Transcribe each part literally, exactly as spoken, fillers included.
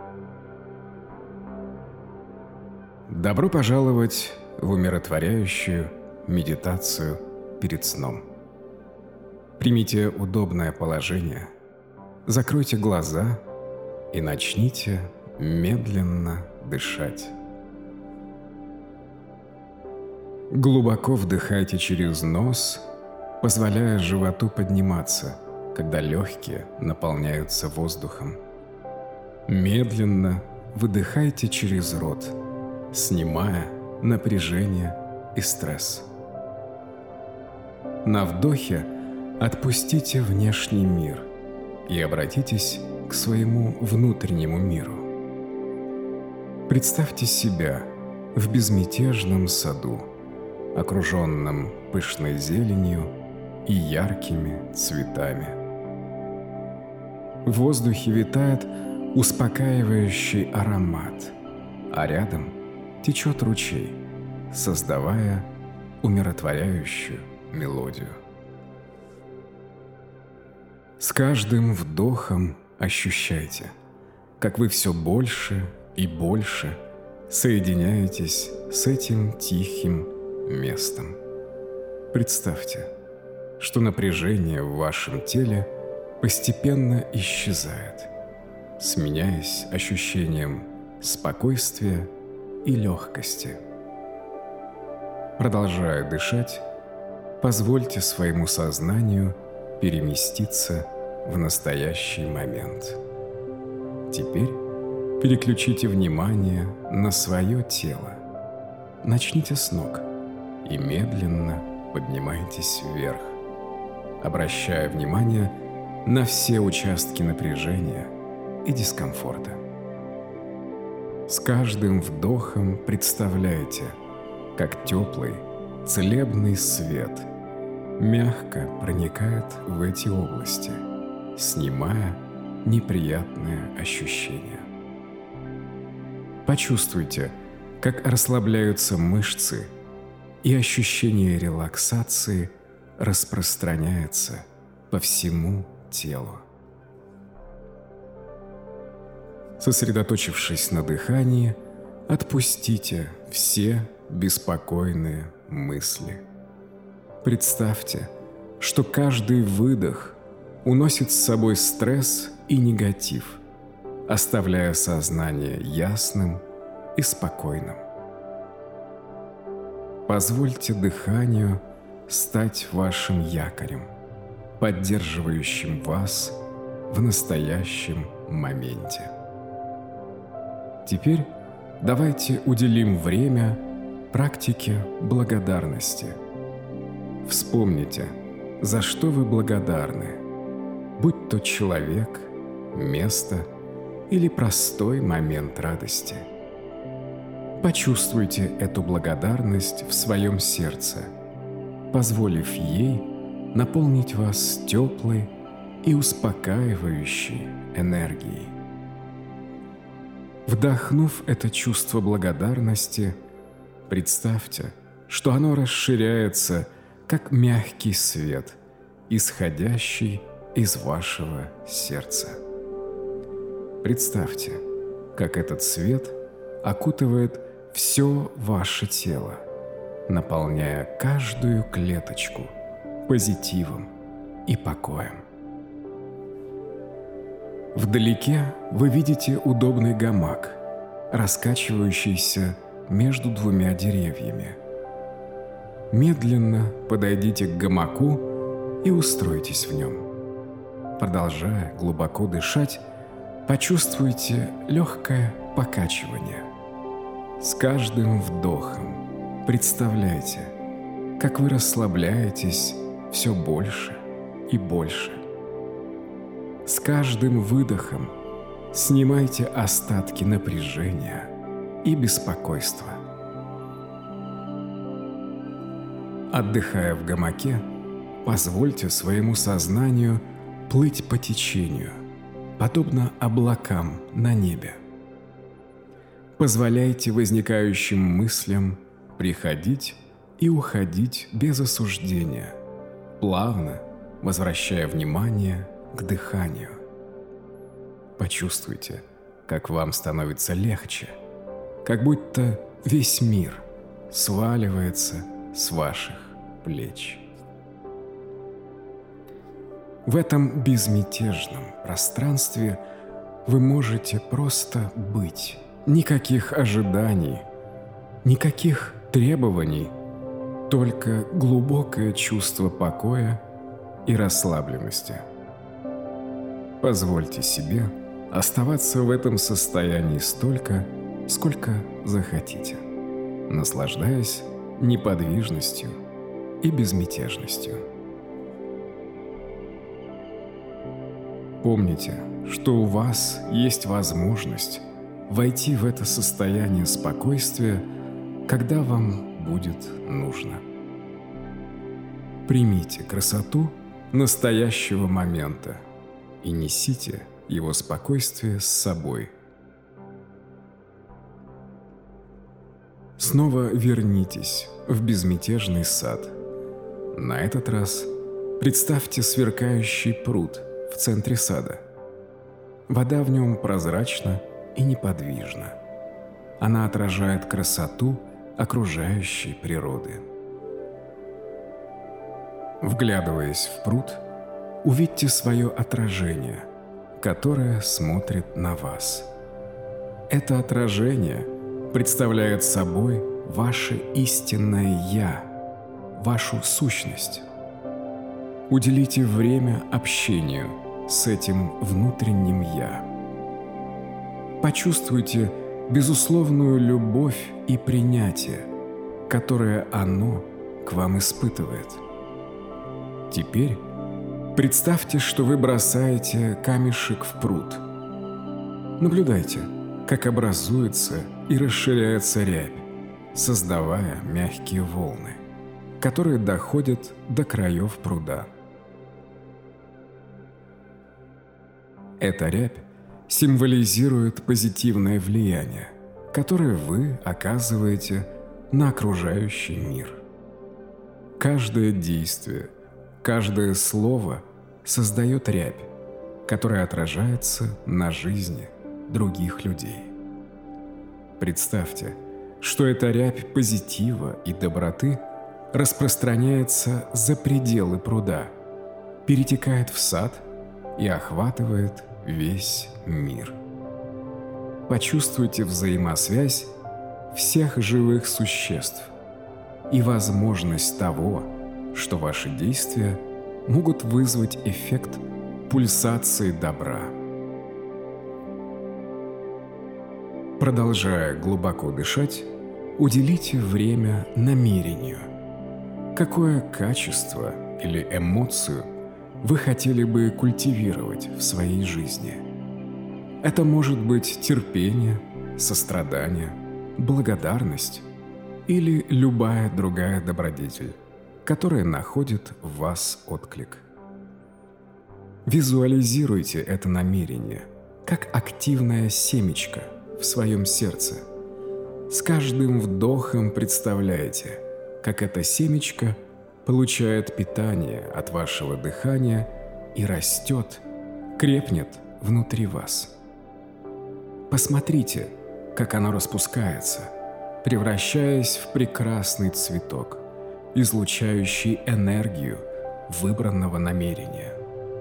Добро пожаловать в умиротворяющую медитацию перед сном. Примите удобное положение, закройте глаза и начните медленно дышать. Глубоко вдыхайте через нос, позволяя животу подниматься, когда легкие наполняются воздухом. Медленно выдыхайте через рот, снимая напряжение и стресс. На вдохе отпустите внешний мир и обратитесь к своему внутреннему миру. Представьте себя в безмятежном саду, окруженном пышной зеленью и яркими цветами. В воздухе витает успокаивающий аромат, а рядом течет ручей, создавая умиротворяющую мелодию. С каждым вдохом ощущайте, как вы все больше и больше соединяетесь с этим тихим местом. Представьте, что напряжение в вашем теле постепенно исчезает, сменяясь ощущением спокойствия и легкости. Продолжая дышать, позвольте своему сознанию переместиться в настоящий момент. Теперь переключите внимание на свое тело. Начните с ног и медленно поднимайтесь вверх, обращая внимание на все участки напряжения и дискомфорта. С каждым вдохом представляйте, как теплый, целебный свет мягко проникает в эти области, снимая неприятные ощущения. Почувствуйте, как расслабляются мышцы, и ощущение релаксации распространяется по всему телу. Сосредоточившись на дыхании, отпустите все беспокойные мысли. Представьте, что каждый выдох уносит с собой стресс и негатив, оставляя сознание ясным и спокойным. Позвольте дыханию стать вашим якорем, поддерживающим вас в настоящем моменте. Теперь давайте уделим время практике благодарности. Вспомните, за что вы благодарны, будь то человек, место или простой момент радости. Почувствуйте эту благодарность в своем сердце, позволив ей наполнить вас теплой и успокаивающей энергией. Вдохнув это чувство благодарности, представьте, что оно расширяется, как мягкий свет, исходящий из вашего сердца. Представьте, как этот свет окутывает все ваше тело, наполняя каждую клеточку позитивом и покоем. Вдалеке вы видите удобный гамак, раскачивающийся между двумя деревьями. Медленно подойдите к гамаку и устройтесь в нем. Продолжая глубоко дышать, почувствуйте легкое покачивание. С каждым вдохом представляйте, как вы расслабляетесь все больше и больше. С каждым выдохом снимайте остатки напряжения и беспокойства. Отдыхая в гамаке, позвольте своему сознанию плыть по течению, подобно облакам на небе. Позволяйте возникающим мыслям приходить и уходить без осуждения, плавно возвращая внимание к дыханию. Почувствуйте, как вам становится легче, как будто весь мир сваливается с ваших плеч. В этом безмятежном пространстве вы можете просто быть. Никаких ожиданий, никаких требований, только глубокое чувство покоя и расслабленности. Позвольте себе оставаться в этом состоянии столько, сколько захотите, наслаждаясь неподвижностью и безмятежностью. Помните, что у вас есть возможность войти в это состояние спокойствия, когда вам будет нужно. Примите красоту настоящего момента и несите его спокойствие с собой. Снова вернитесь в безмятежный сад. На этот раз представьте сверкающий пруд в центре сада. Вода в нем прозрачна и неподвижна. Она отражает красоту окружающей природы. Вглядываясь в пруд, увидьте свое отражение, которое смотрит на вас. Это отражение представляет собой ваше истинное «Я», вашу сущность. Уделите время общению с этим внутренним «Я». Почувствуйте безусловную любовь и принятие, которое оно к вам испытывает. Теперь представьте, что вы бросаете камешек в пруд. Наблюдайте, как образуется и расширяется рябь, создавая мягкие волны, которые доходят до краев пруда. Эта рябь символизирует позитивное влияние, которое вы оказываете на окружающий мир. Каждое действие, каждое слово создает рябь, которая отражается на жизни других людей. Представьте, что эта рябь позитива и доброты распространяется за пределы пруда, перетекает в сад и охватывает весь мир. Почувствуйте взаимосвязь всех живых существ и возможность того, что ваши действия могут вызвать эффект пульсации добра. Продолжая глубоко дышать, уделите время намерению. Какое качество или эмоцию вы хотели бы культивировать в своей жизни? Это может быть терпение, сострадание, благодарность или любая другая добродетель, которая находит в вас отклик. Визуализируйте это намерение как активное семечко в своем сердце. С каждым вдохом представляете, как это семечко получает питание от вашего дыхания и растет, крепнет внутри вас. Посмотрите, как оно распускается, превращаясь в прекрасный цветок, излучающий энергию выбранного намерения.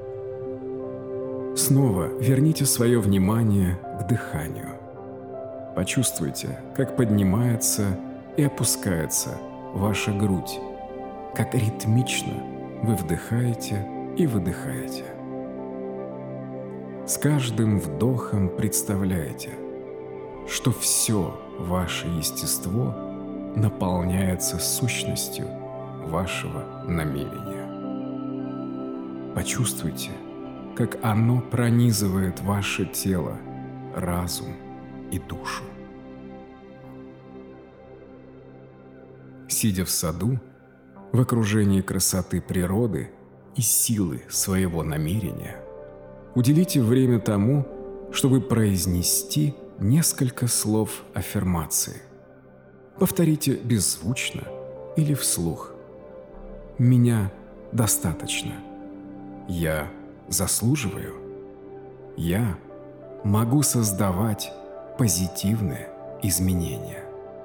Снова верните свое внимание к дыханию. Почувствуйте, как поднимается и опускается ваша грудь, как ритмично вы вдыхаете и выдыхаете. С каждым вдохом представляете, что все ваше естество наполняется сущностью вашего намерения. Почувствуйте, как оно пронизывает ваше тело, разум и душу. Сидя в саду, в окружении красоты природы и силы своего намерения, уделите время тому, чтобы произнести несколько слов аффирмации. Повторите беззвучно или вслух. «Меня достаточно. Я заслуживаю. Я могу создавать позитивные изменения.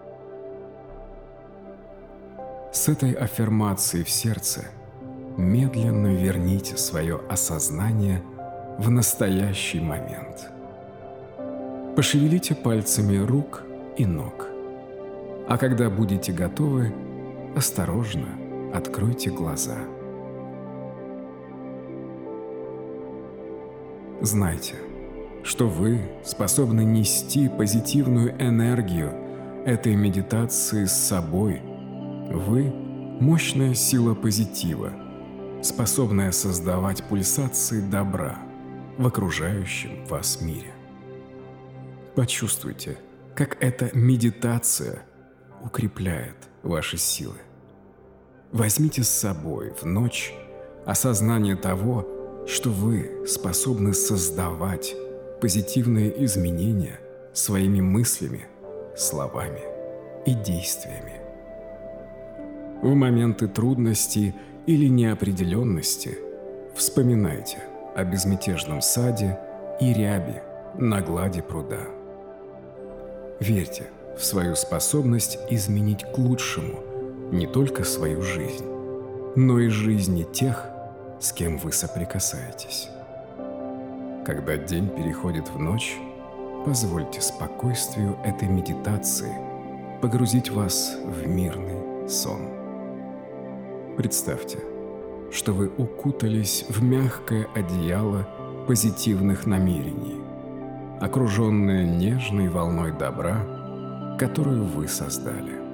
С этой аффирмацией в сердце медленно верните свое осознание в настоящий момент. Пошевелите пальцами рук и ног, а когда будете готовы, осторожно откройте глаза. Знайте, что вы способны нести позитивную энергию этой медитации с собой. Вы – мощная сила позитива, способная создавать пульсации добра в окружающем вас мире. Почувствуйте, как эта медитация укрепляет ваши силы. Возьмите с собой в ночь осознание того, что вы способны создавать позитивные изменения своими мыслями, словами и действиями. В моменты трудности или неопределенности вспоминайте о безмятежном саде и ряби на глади пруда. Верьте в свою способность изменить к лучшему не только свою жизнь, но и жизни тех, с кем вы соприкасаетесь. Когда день переходит в ночь, позвольте спокойствию этой медитации погрузить вас в мирный сон. Представьте, что вы укутались в мягкое одеяло позитивных намерений, окруженное нежной волной добра, которую вы создали.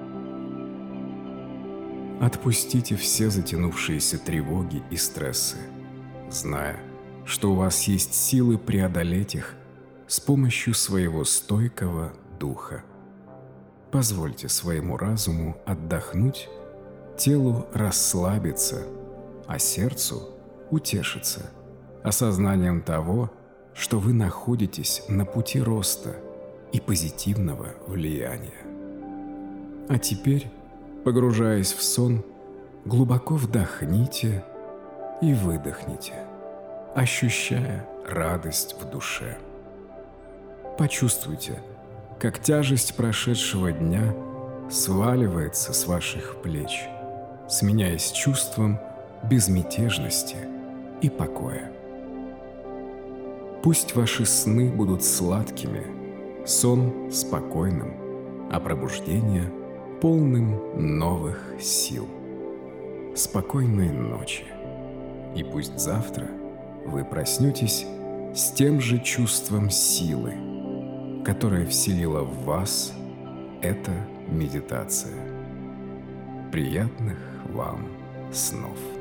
Отпустите все затянувшиеся тревоги и стрессы, зная, что у вас есть силы преодолеть их с помощью своего стойкого духа. Позвольте своему разуму отдохнуть, телу расслабиться, а сердцу утешиться осознанием того, что вы находитесь на пути роста и позитивного влияния. А теперь, погружаясь в сон, глубоко вдохните и выдохните, ощущая радость в душе. Почувствуйте, как тяжесть прошедшего дня сваливается с ваших плеч, сменяясь чувством безмятежности и покоя. Пусть ваши сны будут сладкими, сон спокойным, а пробуждение полным новых сил. Спокойной ночи, и пусть завтра вы проснетесь с тем же чувством силы, которое вселила в вас эта медитация. Приятных вам снов!